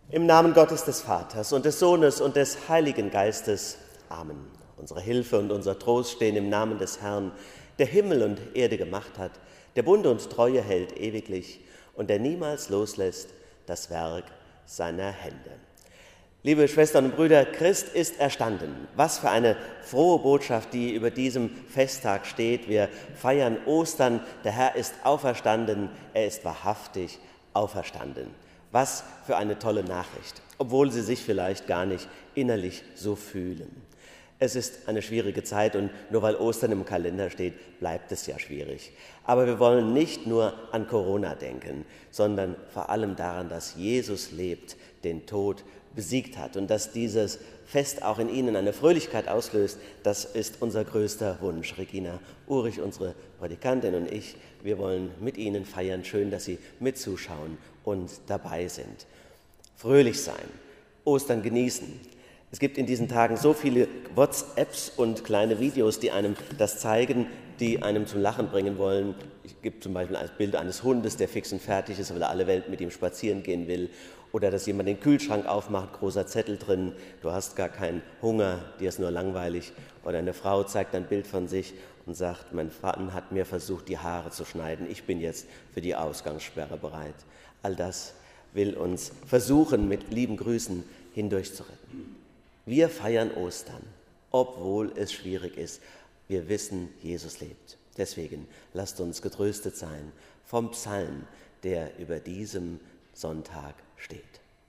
Im Namen Gottes des Vaters und des Sohnes und des Heiligen Geistes. Amen. Unsere Hilfe und unser Trost stehen im Namen des Herrn, der Himmel und Erde gemacht hat, der Bund und Treue hält ewiglich und der niemals loslässt das Werk seiner Hände. Liebe Schwestern und Brüder, Christ ist erstanden. Was für eine frohe Botschaft, die über diesem Festtag steht. Wir feiern Ostern, der Herr ist auferstanden, er ist wahrhaftig auferstanden. Was für eine tolle Nachricht, obwohl Sie sich vielleicht gar nicht innerlich so fühlen. Es ist eine schwierige Zeit und nur weil Ostern im Kalender steht, bleibt es ja schwierig. Aber wir wollen nicht nur an Corona denken, sondern vor allem daran, dass Jesus lebt, den Tod besiegt hat und dass dieses Fest auch in Ihnen eine Fröhlichkeit auslöst. Das ist unser größter Wunsch. Regina Urich, unsere Predikantin und ich, wir wollen mit Ihnen feiern. Schön, dass Sie mitzuschauen und dabei sind. Fröhlich sein, Ostern genießen. Es gibt in diesen Tagen so viele WhatsApps und kleine Videos, die einem das zeigen, die einem zum Lachen bringen wollen. Ich gebe zum Beispiel ein Bild eines Hundes, der fix und fertig ist, weil er alle Welt mit ihm spazieren gehen will. Oder dass jemand den Kühlschrank aufmacht, großer Zettel drin, du hast gar keinen Hunger, dir ist nur langweilig. Oder eine Frau zeigt ein Bild von sich und sagt, mein Mann hat mir versucht, die Haare zu schneiden, ich bin jetzt für die Ausgangssperre bereit. All das will uns versuchen, mit lieben Grüßen hindurchzuretten. Wir feiern Ostern, obwohl es schwierig ist. Wir wissen, Jesus lebt. Deswegen lasst uns getröstet sein vom Psalm, der über diesem Sonntag steht.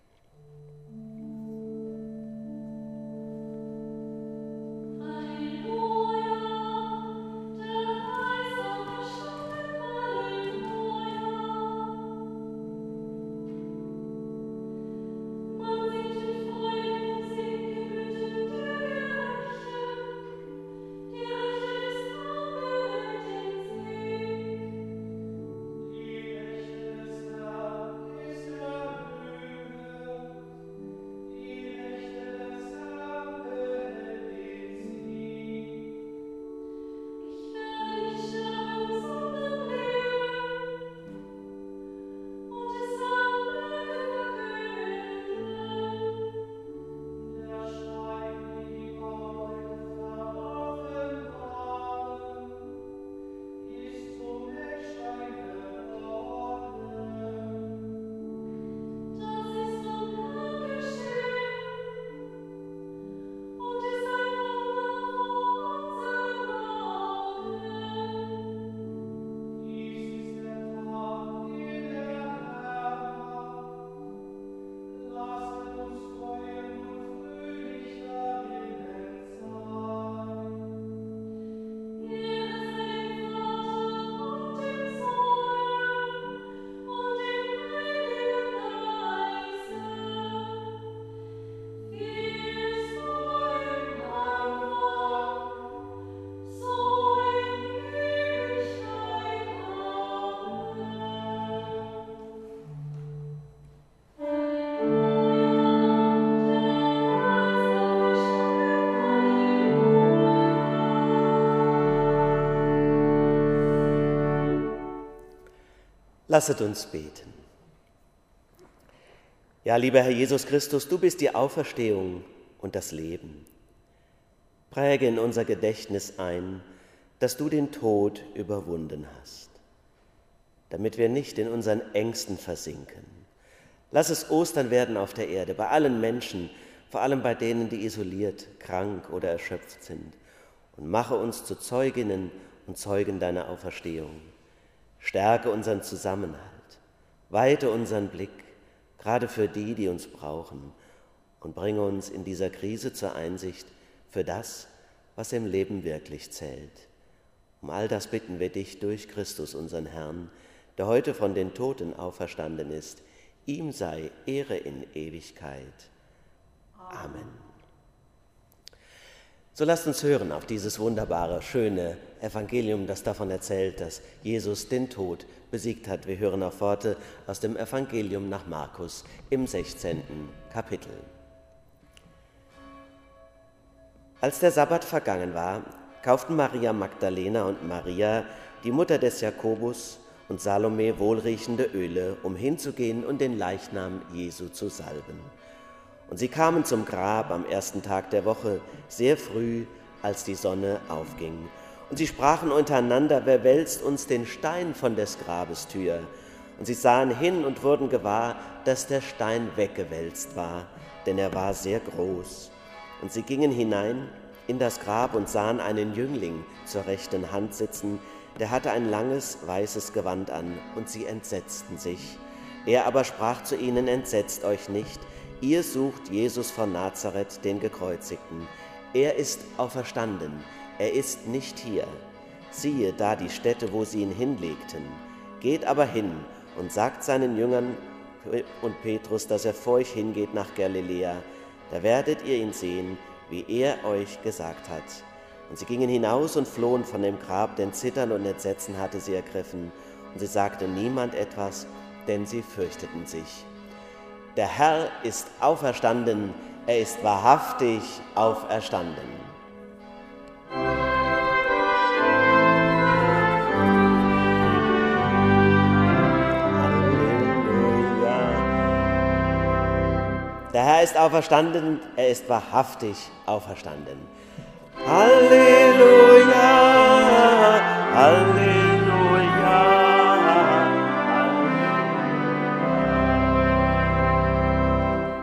Lasset uns beten. Ja, lieber Herr Jesus Christus, du bist die Auferstehung und das Leben. Präge in unser Gedächtnis ein, dass du den Tod überwunden hast, damit wir nicht in unseren Ängsten versinken. Lass es Ostern werden auf der Erde, bei allen Menschen, vor allem bei denen, die isoliert, krank oder erschöpft sind. Und mache uns zu Zeuginnen und Zeugen deiner Auferstehung. Stärke unseren Zusammenhalt, weite unseren Blick, gerade für die, die uns brauchen, und bringe uns in dieser Krise zur Einsicht für das, was im Leben wirklich zählt. Um all das bitten wir dich durch Christus, unseren Herrn, der heute von den Toten auferstanden ist. Ihm sei Ehre in Ewigkeit. Amen. So lasst uns hören auf dieses wunderbare, schöne Evangelium, das davon erzählt, dass Jesus den Tod besiegt hat. Wir hören auf Worte aus dem Evangelium nach Markus im 16. Kapitel. Als der Sabbat vergangen war, kauften Maria Magdalena und Maria, die Mutter des Jakobus, und Salome wohlriechende Öle, um hinzugehen und den Leichnam Jesu zu salben. Und sie kamen zum Grab am ersten Tag der Woche, sehr früh, als die Sonne aufging. Und sie sprachen untereinander, wer wälzt uns den Stein von des Grabes Tür? Und sie sahen hin und wurden gewahr, dass der Stein weggewälzt war, denn er war sehr groß. Und sie gingen hinein in das Grab und sahen einen Jüngling zur rechten Hand sitzen, der hatte ein langes, weißes Gewand an, und sie entsetzten sich. Er aber sprach zu ihnen, entsetzt euch nicht, ihr sucht Jesus von Nazareth, den Gekreuzigten. Er ist auferstanden, er ist nicht hier. Siehe da die Stätte, wo sie ihn hinlegten. Geht aber hin und sagt seinen Jüngern und Petrus, dass er vor euch hingeht nach Galiläa. Da werdet ihr ihn sehen, wie er euch gesagt hat. Und sie gingen hinaus und flohen von dem Grab, denn Zittern und Entsetzen hatte sie ergriffen. Und sie sagten niemand etwas, denn sie fürchteten sich. Der Herr ist auferstanden, er ist wahrhaftig auferstanden. Halleluja. Der Herr ist auferstanden, er ist wahrhaftig auferstanden. Halleluja, Halleluja, Halleluja.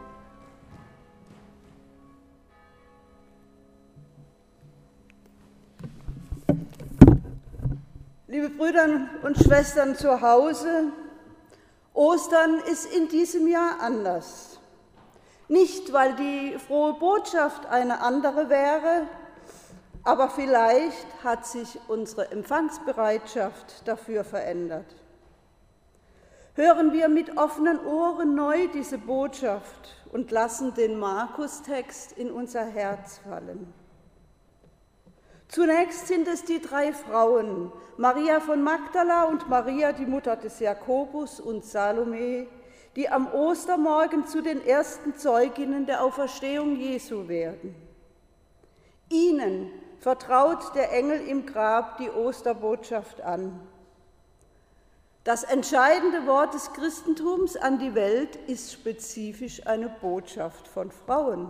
Liebe Brüder und Schwestern zu Hause, Ostern ist in diesem Jahr anders. Nicht, weil die frohe Botschaft eine andere wäre, aber vielleicht hat sich unsere Empfangsbereitschaft dafür verändert. Hören wir mit offenen Ohren neu diese Botschaft und lassen den Markus-Text in unser Herz fallen. Zunächst sind es die 3 Frauen, Maria von Magdala und Maria, die Mutter des Jakobus, und Salome, die am Ostermorgen zu den ersten Zeuginnen der Auferstehung Jesu werden. Ihnen vertraut der Engel im Grab die Osterbotschaft an. Das entscheidende Wort des Christentums an die Welt ist spezifisch eine Botschaft von Frauen.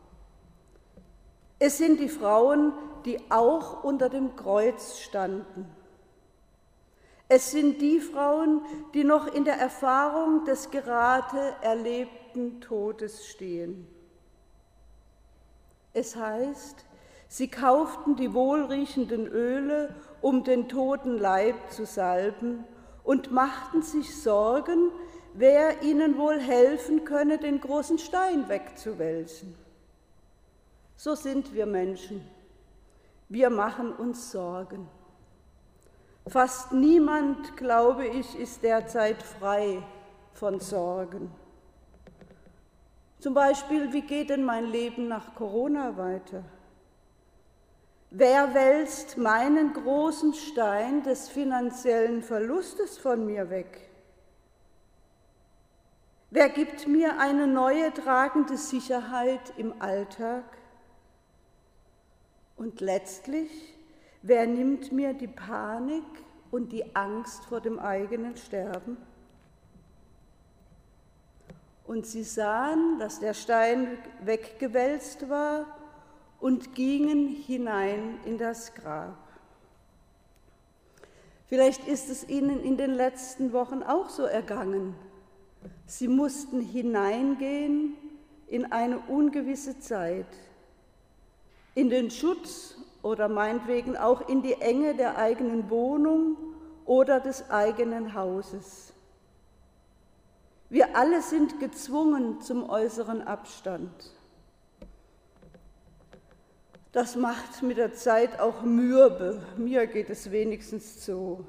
Es sind die Frauen, die auch unter dem Kreuz standen. Es sind die Frauen, die noch in der Erfahrung des gerade erlebten Todes stehen. Es heißt, sie kauften die wohlriechenden Öle, um den toten Leib zu salben, und machten sich Sorgen, wer ihnen wohl helfen könne, den großen Stein wegzuwälzen. So sind wir Menschen. Wir machen uns Sorgen. Fast niemand, glaube ich, ist derzeit frei von Sorgen. Zum Beispiel, wie geht denn mein Leben nach Corona weiter? Wer wälzt meinen großen Stein des finanziellen Verlustes von mir weg? Wer gibt mir eine neue tragende Sicherheit im Alltag? Und letztlich, wer nimmt mir die Panik und die Angst vor dem eigenen Sterben? Und sie sahen, dass der Stein weggewälzt war, und gingen hinein in das Grab. Vielleicht ist es ihnen in den letzten Wochen auch so ergangen. Sie mussten hineingehen in eine ungewisse Zeit, in den Schutz oder meinetwegen auch in die Enge der eigenen Wohnung oder des eigenen Hauses. Wir alle sind gezwungen zum äußeren Abstand. Das macht mit der Zeit auch mürbe, mir geht es wenigstens so.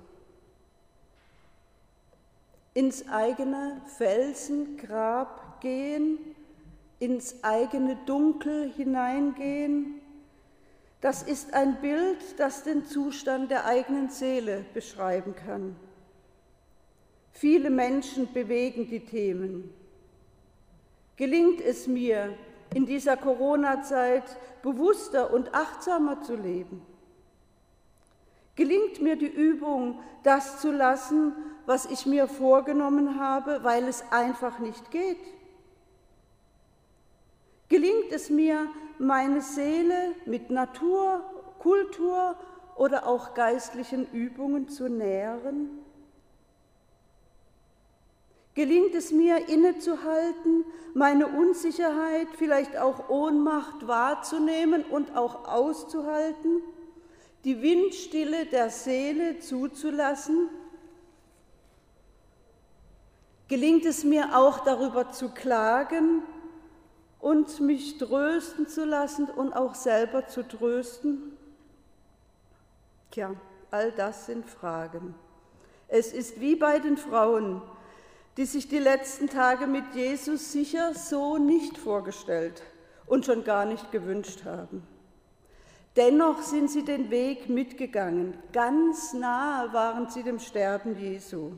Ins eigene Felsengrab gehen, ins eigene Dunkel hineingehen, das ist ein Bild, das den Zustand der eigenen Seele beschreiben kann. Viele Menschen bewegen die Themen. Gelingt es mir, in dieser Corona-Zeit bewusster und achtsamer zu leben? Gelingt mir die Übung, das zu lassen, was ich mir vorgenommen habe, weil es einfach nicht geht? Gelingt es mir, meine Seele mit Natur, Kultur oder auch geistlichen Übungen zu nähren? Gelingt es mir, innezuhalten, meine Unsicherheit, vielleicht auch Ohnmacht wahrzunehmen und auch auszuhalten, die Windstille der Seele zuzulassen? Gelingt es mir auch, darüber zu klagen und mich trösten zu lassen und auch selber zu trösten? Tja, all das sind Fragen. Es ist wie bei den Frauen, die sich die letzten Tage mit Jesus sicher so nicht vorgestellt und schon gar nicht gewünscht haben. Dennoch sind sie den Weg mitgegangen. Ganz nahe waren sie dem Sterben Jesu.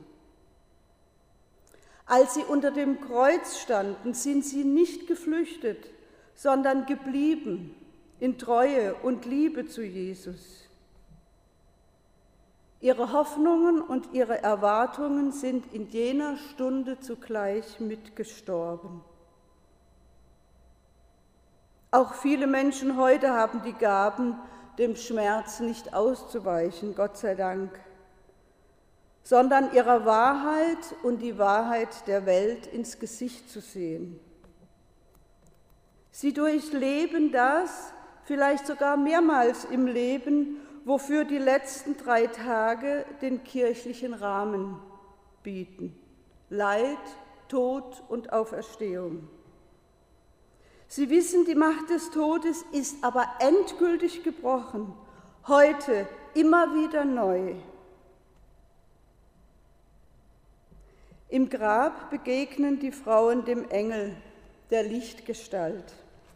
Als sie unter dem Kreuz standen, sind sie nicht geflüchtet, sondern geblieben in Treue und Liebe zu Jesus. Ihre Hoffnungen und ihre Erwartungen sind in jener Stunde zugleich mitgestorben. Auch viele Menschen heute haben die Gaben, dem Schmerz nicht auszuweichen, Gott sei Dank, sondern ihrer Wahrheit und die Wahrheit der Welt ins Gesicht zu sehen. Sie durchleben das, vielleicht sogar mehrmals im Leben, wofür die letzten 3 Tage den kirchlichen Rahmen bieten: Leid, Tod und Auferstehung. Sie wissen, die Macht des Todes ist aber endgültig gebrochen, heute immer wieder neu. Im Grab begegnen die Frauen dem Engel, der Lichtgestalt.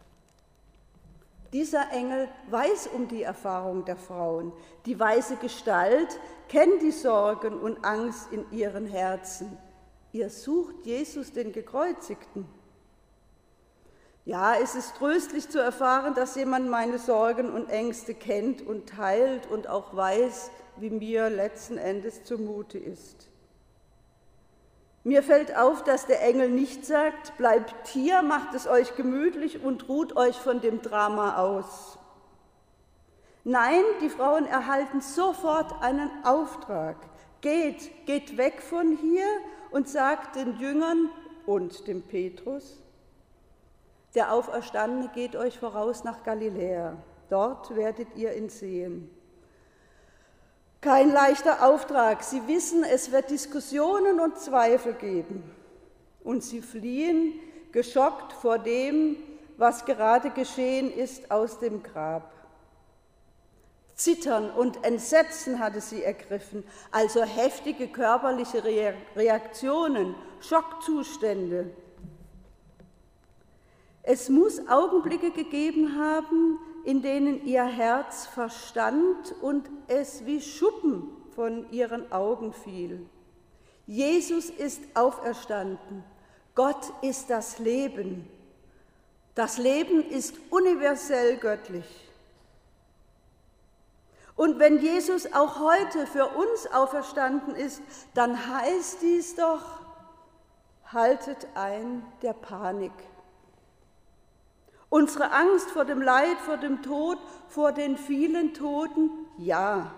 Dieser Engel weiß um die Erfahrung der Frauen. Die weiße Gestalt kennt die Sorgen und Angst in ihren Herzen. Ihr sucht Jesus, den Gekreuzigten. Ja, es ist tröstlich zu erfahren, dass jemand meine Sorgen und Ängste kennt und teilt und auch weiß, wie mir letzten Endes zumute ist. Mir fällt auf, dass der Engel nicht sagt, bleibt hier, macht es euch gemütlich und ruht euch von dem Drama aus. Nein, die Frauen erhalten sofort einen Auftrag. Geht weg von hier und sagt den Jüngern und dem Petrus: Der Auferstandene geht euch voraus nach Galiläa. Dort werdet ihr ihn sehen. Kein leichter Auftrag. Sie wissen, es wird Diskussionen und Zweifel geben. Und sie fliehen, geschockt vor dem, was gerade geschehen ist, aus dem Grab. Zittern und Entsetzen hatte sie ergriffen, also heftige körperliche Reaktionen, Schockzustände. Es muss Augenblicke gegeben haben, in denen ihr Herz verstand und es wie Schuppen von ihren Augen fiel. Jesus ist auferstanden. Gott ist das Leben. Das Leben ist universell göttlich. Und wenn Jesus auch heute für uns auferstanden ist, dann heißt dies doch: Haltet ein der Panik. Unsere Angst vor dem Leid, vor dem Tod, vor den vielen Toten, ja.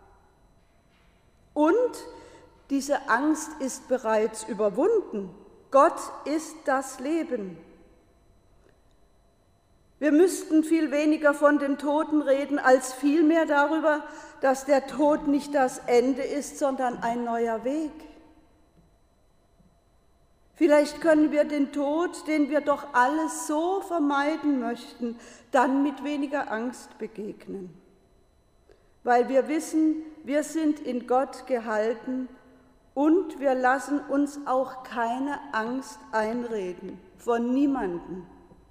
Und diese Angst ist bereits überwunden. Gott ist das Leben. Wir müssten viel weniger von den Toten reden, als vielmehr darüber, dass der Tod nicht das Ende ist, sondern ein neuer Weg. Vielleicht können wir den Tod, den wir doch alle so vermeiden möchten, dann mit weniger Angst begegnen. Weil wir wissen, wir sind in Gott gehalten und wir lassen uns auch keine Angst einreden, von niemandem.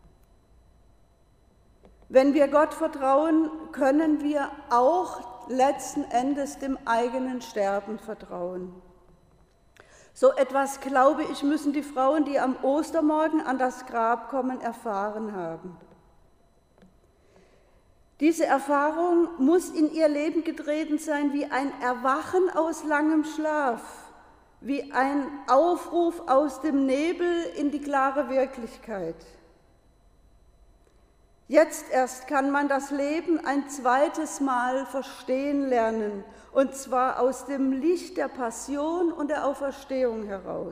Wenn wir Gott vertrauen, können wir auch letzten Endes dem eigenen Sterben vertrauen. So etwas, glaube ich, müssen die Frauen, die am Ostermorgen an das Grab kommen, erfahren haben. Diese Erfahrung muss in ihr Leben getreten sein wie ein Erwachen aus langem Schlaf, wie ein Aufruf aus dem Nebel in die klare Wirklichkeit. Jetzt erst kann man das Leben ein zweites Mal verstehen lernen, und zwar aus dem Licht der Passion und der Auferstehung heraus.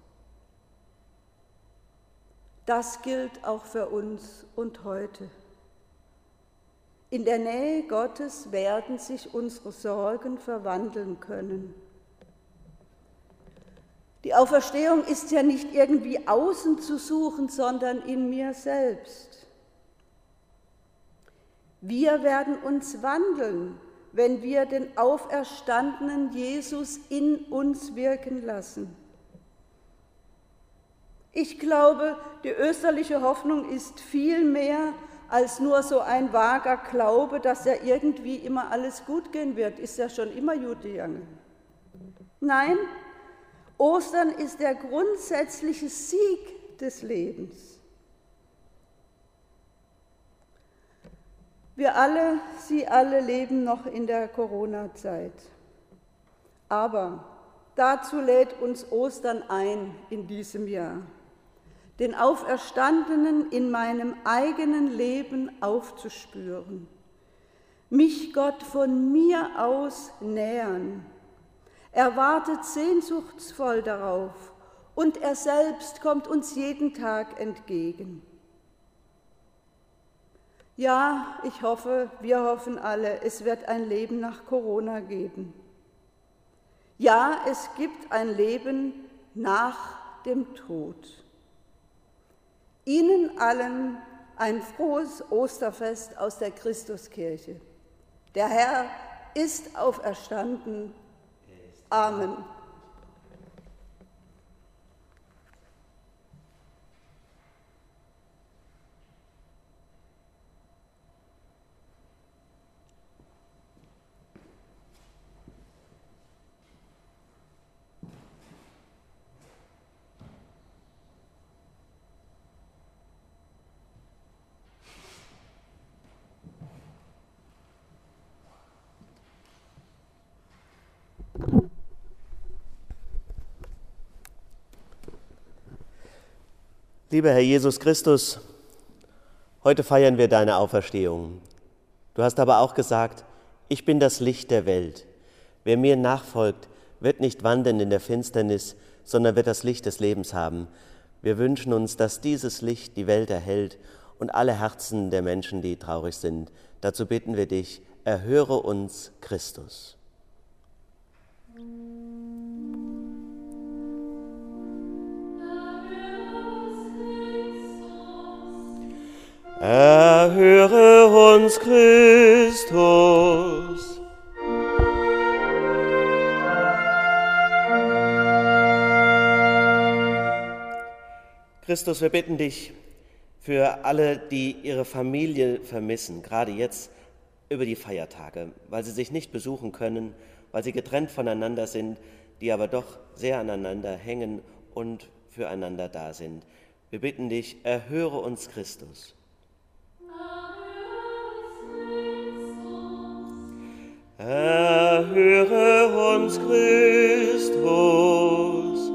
Das gilt auch für uns und heute. In der Nähe Gottes werden sich unsere Sorgen verwandeln können. Die Auferstehung ist ja nicht irgendwie außen zu suchen, sondern in mir selbst. Wir werden uns wandeln, wenn wir den auferstandenen Jesus in uns wirken lassen. Ich glaube, die österliche Hoffnung ist viel mehr als nur so ein vager Glaube, dass ja irgendwie immer alles gut gehen wird, ist ja schon immer gut gegangen. Nein, Ostern ist der grundsätzliche Sieg des Lebens. Wir alle, Sie alle leben noch in der Corona-Zeit. Aber dazu lädt uns Ostern ein in diesem Jahr, den Auferstandenen in meinem eigenen Leben aufzuspüren, mich Gott von mir aus nähern. Er wartet sehnsuchtsvoll darauf und er selbst kommt uns jeden Tag entgegen. Ja, ich hoffe, wir hoffen alle, es wird ein Leben nach Corona geben. Ja, es gibt ein Leben nach dem Tod. Ihnen allen ein frohes Osterfest aus der Christuskirche. Der Herr ist auferstanden. Amen. Lieber Herr Jesus Christus, heute feiern wir deine Auferstehung. Du hast aber auch gesagt, ich bin das Licht der Welt. Wer mir nachfolgt, wird nicht wandeln in der Finsternis, sondern wird das Licht des Lebens haben. Wir wünschen uns, dass dieses Licht die Welt erhellt und alle Herzen der Menschen, die traurig sind. Dazu bitten wir dich, erhöre uns, Christus. Erhöre uns, Christus. Christus, wir bitten dich für alle, die ihre Familie vermissen, gerade jetzt über die Feiertage, weil sie sich nicht besuchen können, weil sie getrennt voneinander sind, die aber doch sehr aneinander hängen und füreinander da sind. Wir bitten dich, erhöre uns, Christus. Erhöre uns, Christus.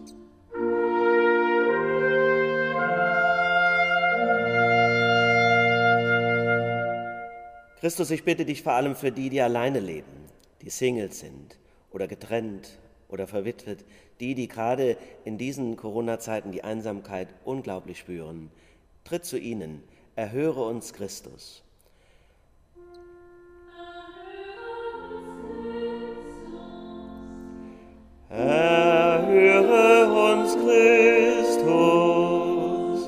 Christus, ich bitte dich vor allem für die, die alleine leben, die Single sind oder getrennt oder verwitwet, die gerade in diesen Corona-Zeiten die Einsamkeit unglaublich spüren. Tritt zu ihnen, erhöre uns, Christus. Erhöre uns, Christus.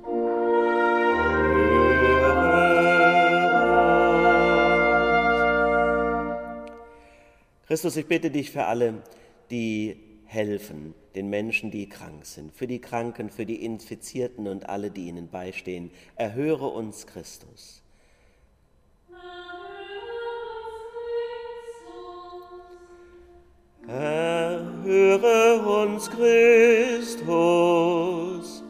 Christus, ich bitte dich für alle, die helfen, den Menschen, die krank sind, für die Kranken, für die Infizierten und alle, die ihnen beistehen. Erhöre uns, Christus. Erhöre uns, Christus.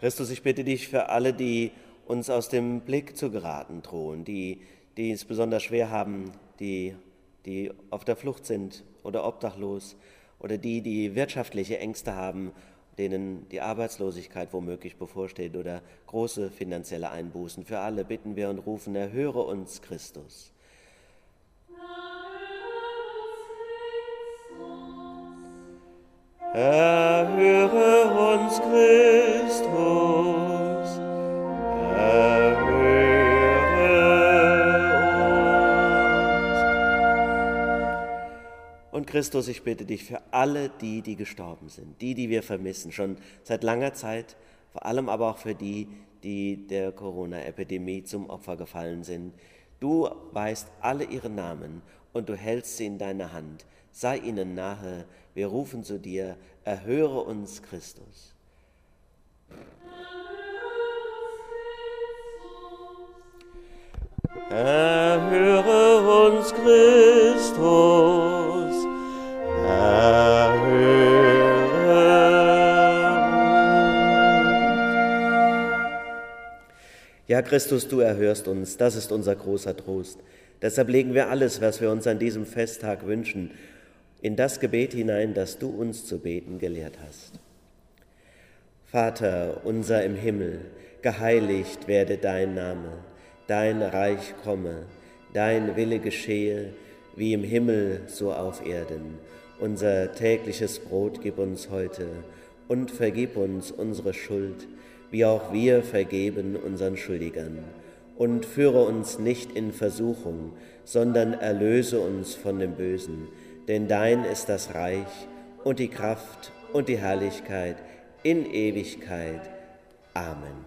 Christus, ich bitte dich für alle, die uns aus dem Blick zu geraten drohen, die es besonders schwer haben, die auf der Flucht sind oder obdachlos oder die wirtschaftliche Ängste haben, denen die Arbeitslosigkeit womöglich bevorsteht oder große finanzielle Einbußen. Für alle bitten wir und rufen, erhöre uns, Christus. Erhöre uns, Christus. Und Christus, ich bitte dich für alle die gestorben sind, die wir vermissen, schon seit langer Zeit, vor allem aber auch für die der Corona-Epidemie zum Opfer gefallen sind. Du weißt alle ihre Namen und du hältst sie in deiner Hand. Sei ihnen nahe, wir rufen zu dir, erhöre uns, Christus. Erhöre uns, Christus. Ja, Christus, du erhörst uns, das ist unser großer Trost. Deshalb legen wir alles, was wir uns an diesem Festtag wünschen, in das Gebet hinein, das du uns zu beten gelehrt hast. Vater unser im Himmel, geheiligt werde dein Name, dein Reich komme, dein Wille geschehe, wie im Himmel, so auf Erden. Unser tägliches Brot gib uns heute und vergib uns unsere Schuld, wie auch wir vergeben unseren Schuldigern. Und führe uns nicht in Versuchung, sondern erlöse uns von dem Bösen. Denn dein ist das Reich und die Kraft und die Herrlichkeit in Ewigkeit. Amen.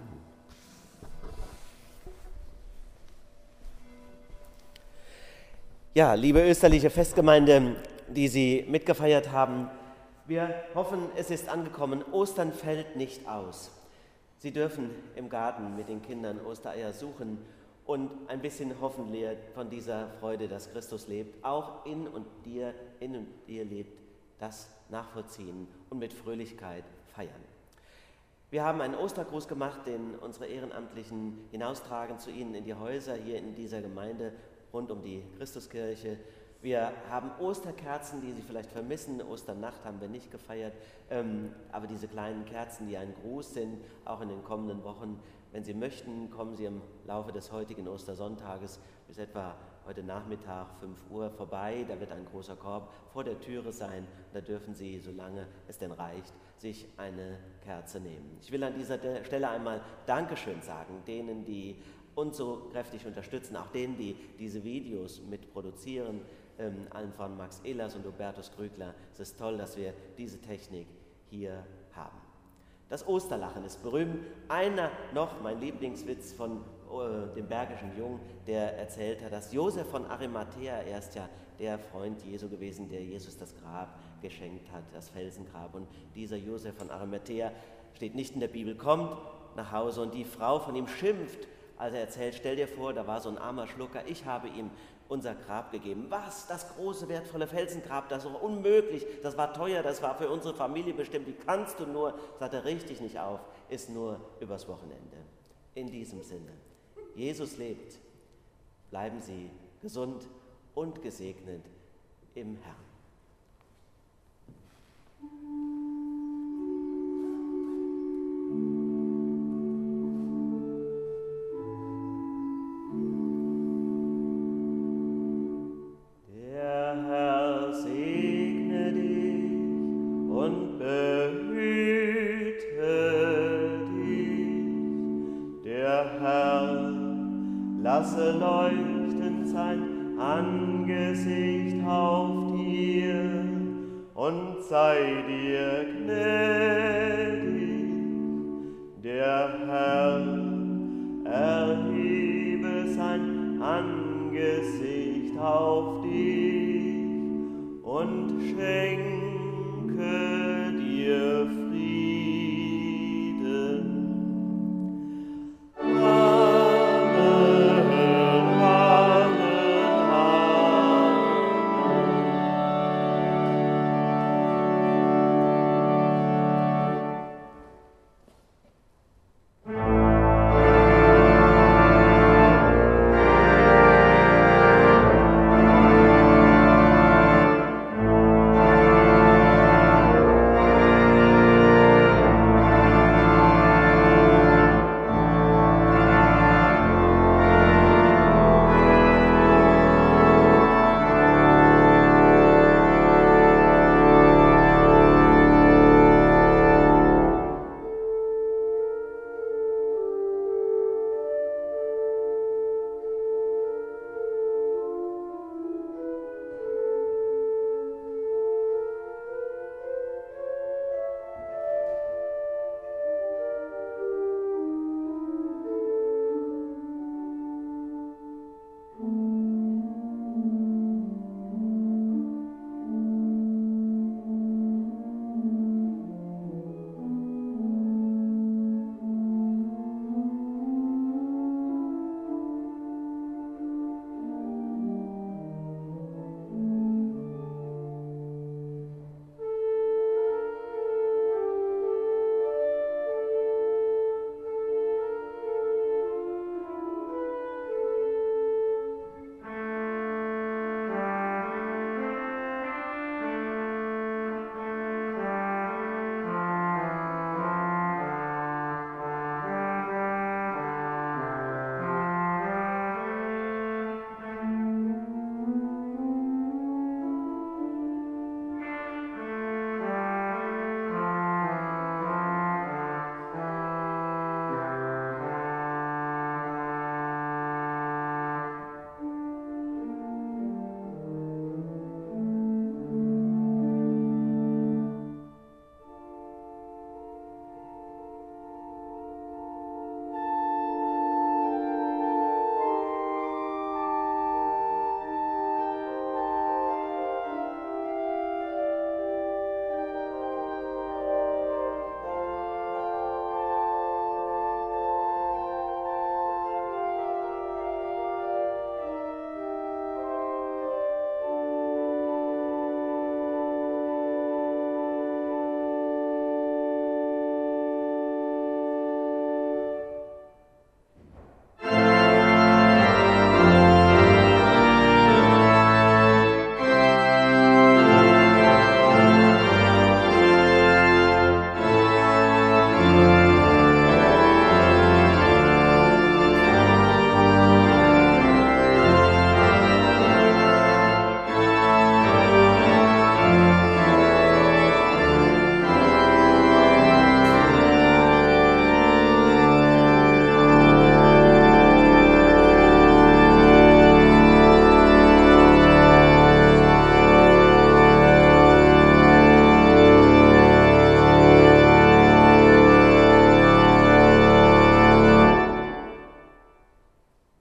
Ja, liebe österliche Festgemeinde, die Sie mitgefeiert haben, wir hoffen, es ist angekommen, Ostern fällt nicht aus. Sie dürfen im Garten mit den Kindern Ostereier suchen und ein bisschen hoffen von dieser Freude, dass Christus lebt, auch in und dir lebt, das nachvollziehen und mit Fröhlichkeit feiern. Wir haben einen Ostergruß gemacht, den unsere Ehrenamtlichen hinaustragen zu Ihnen in die Häuser hier in dieser Gemeinde rund um die Christuskirche. Wir haben Osterkerzen, die Sie vielleicht vermissen. Osternacht haben wir nicht gefeiert, aber diese kleinen Kerzen, die ein Gruß sind, auch in den kommenden Wochen. Wenn Sie möchten, kommen Sie im Laufe des heutigen Ostersonntages bis etwa heute Nachmittag 5 Uhr vorbei. Da wird ein großer Korb vor der Türe sein. Da dürfen Sie, solange es denn reicht, sich eine Kerze nehmen. Ich will an dieser Stelle einmal Dankeschön sagen, denen, die uns so kräftig unterstützen, auch denen, die diese Videos mitproduzieren, allen von Max Ehlers und Hubertus Krügler. Es ist toll, dass wir diese Technik hier haben. Das Osterlachen ist berühmt. Einer noch, mein Lieblingswitz von dem bergischen Jungen, der erzählt hat, dass Josef von Arimathea, er ist ja der Freund Jesu gewesen, der Jesus das Grab geschenkt hat, das Felsengrab. Und dieser Josef von Arimathea, steht nicht in der Bibel, kommt nach Hause und die Frau von ihm schimpft, als er erzählt, stell dir vor, da war so ein armer Schlucker, ich habe ihm unser Grab gegeben. Was? Das große, wertvolle Felsengrab, das war unmöglich, das war teuer, das war für unsere Familie bestimmt, wie kannst du nur, sagt er, richtig nicht auf, ist nur übers Wochenende. In diesem Sinne, Jesus lebt, bleiben Sie gesund und gesegnet im Herrn. Lasse leuchten sein Angesicht auf dir und sei dir gnädig. Der Herr erhebe sein Angesicht auf dich und schenke